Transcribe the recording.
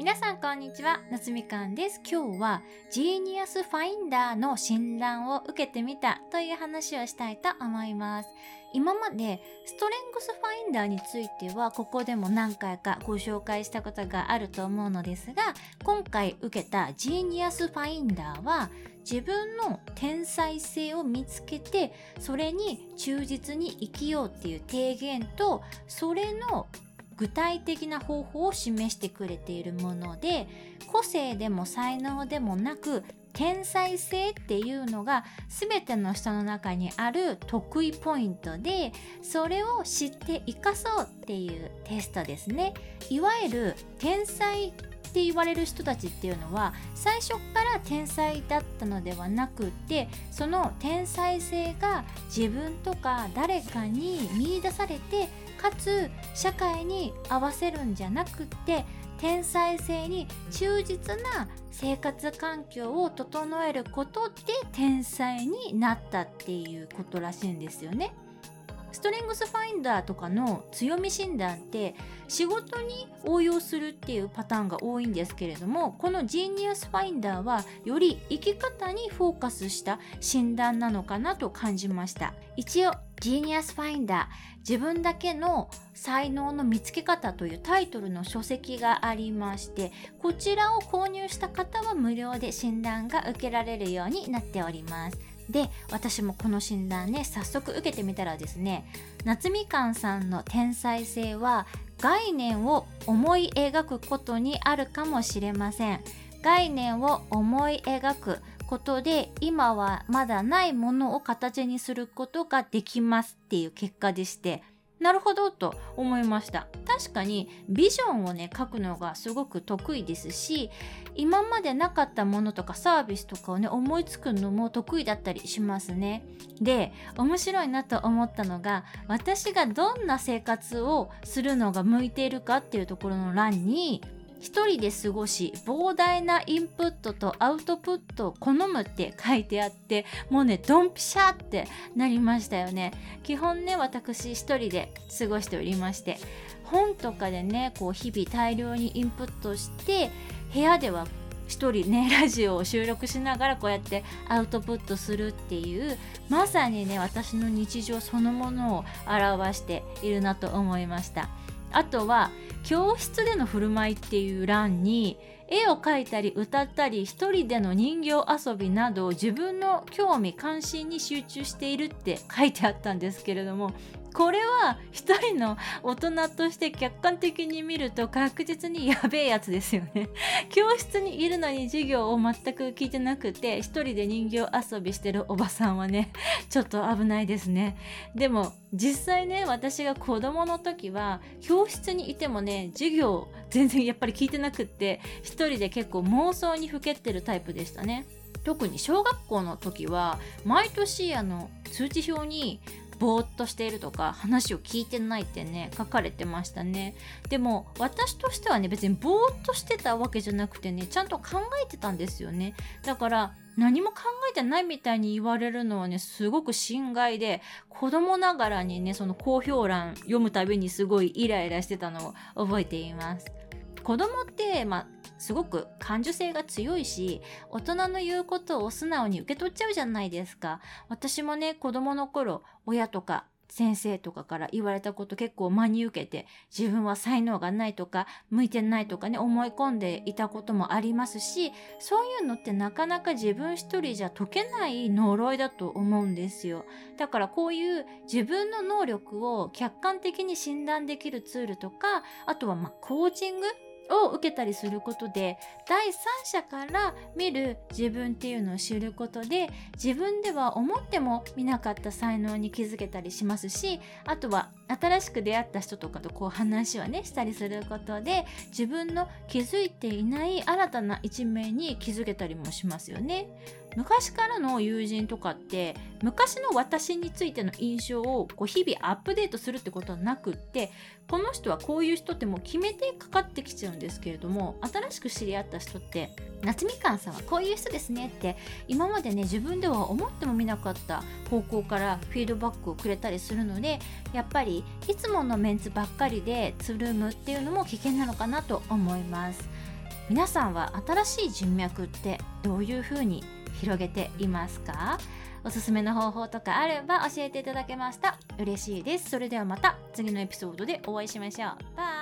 皆さんこんにちは、夏みかんです。今日はジーニアスファインダーの診断を受けてみたという話をしたいと思います。今までストレングスファインダーについてはここでも何回かご紹介したことがあると思うのですが、今回受けたジーニアスファインダーは自分の天才性を見つけてそれに忠実に生きようっていう提言と、それの具体的な方法を示してくれているもので、個性でも才能でもなく天才性っていうのが全ての人の中にある得意ポイントで、それを知って生かそうっていうテストですね。いわゆる天才って言われる人たちっていうのは最初から天才だったのではなくって、その天才性が自分とか誰かに見出されて、かつ社会に合わせるんじゃなくって天才性に忠実な生活環境を整えることで天才になったっていうことらしいんですよね。ストレングスファインダーとかの強み診断って仕事に応用するっていうパターンが多いんですけれども、このジーニアスファインダーはより生き方にフォーカスした診断なのかなと感じました。一応ジーニアスファインダー、自分だけの才能の見つけ方というタイトルの書籍がありまして、こちらを購入した方は無料で診断が受けられるようになっております。で、私もこの診断ね、早速受けてみたらですね、夏みかんさんの天才性は概念を思い描くことにあるかもしれません。概念を思い描くことで今はまだないものを形にすることができますっていう結果でして、なるほどと思いました。確かにビジョンをね書くのがすごく得意ですし、今までなかったものとかサービスとかをね思いつくのも得意だったりしますね。で、面白いなと思ったのが、私がどんな生活をするのが向いているかっていうところの欄に、一人で過ごし膨大なインプットとアウトプットを好むって書いてあって、もうねドンピシャってなりましたよね。基本ね、私一人で過ごしておりまして、本とかでねこう日々大量にインプットして、部屋では一人ねラジオを収録しながらこうやってアウトプットするっていう、まさにね私の日常そのものを表しているなと思いました。あとは教室での振る舞いっていう欄に、絵を描いたり歌ったり一人での人形遊びなど自分の興味関心に集中しているって書いてあったんですけれども、これは一人の大人として客観的に見ると確実にやべえやつですよね。教室にいるのに授業を全く聞いてなくて一人で人形遊びしてるおばさんはね、ちょっと危ないですね。でも実際ね、私が子供の時は教室にいてもね授業全然やっぱり聞いてなくって、一人で結構妄想にふけってるタイプでしたね。特に小学校の時は毎年通知表にぼーっとしているとか話を聞いてないってね書かれてましたね。でも私としてはね、別にぼーっとしてたわけじゃなくてね、ちゃんと考えてたんですよね。だから何も考えてないみたいに言われるのはねすごく心外で、子供ながらにねその公表欄読むたびにすごいイライラしてたのを覚えています。子供ってすごく感受性が強いし、大人の言うことを素直に受け取っちゃうじゃないですか。私もね子供の頃、親とか先生とかから言われたこと結構真に受けて、自分は才能がないとか向いてないとかね思い込んでいたこともありますし、そういうのってなかなか自分一人じゃ解けない呪いだと思うんですよ。だからこういう自分の能力を客観的に診断できるツールとか、あとはコーチングを受けたりすることで、第三者から見る自分っていうのを知ることで、自分では思っても見なかった才能に気づけたりしますし、あとは新しく出会った人とかとこう話をねしたりすることで、自分の気づいていない新たな一面に気づけたりもしますよね。昔からの友人とかって昔の私についての印象をこう日々アップデートするってことはなくって、この人はこういう人ってもう決めてかかってきちゃうんですけれども、新しく知り合った人って夏みかんさんはこういう人ですねって今までね自分では思ってもみなかった方向からフィードバックをくれたりするので、やっぱりいつものメンツばっかりでつるむっていうのも危険なのかなと思います。 皆さんは新しい人脈ってどういう風に広げていますか？おすすめの方法とかあれば教えていただけますと嬉しいです。それではまた次のエピソードでお会いしましょう。バイ。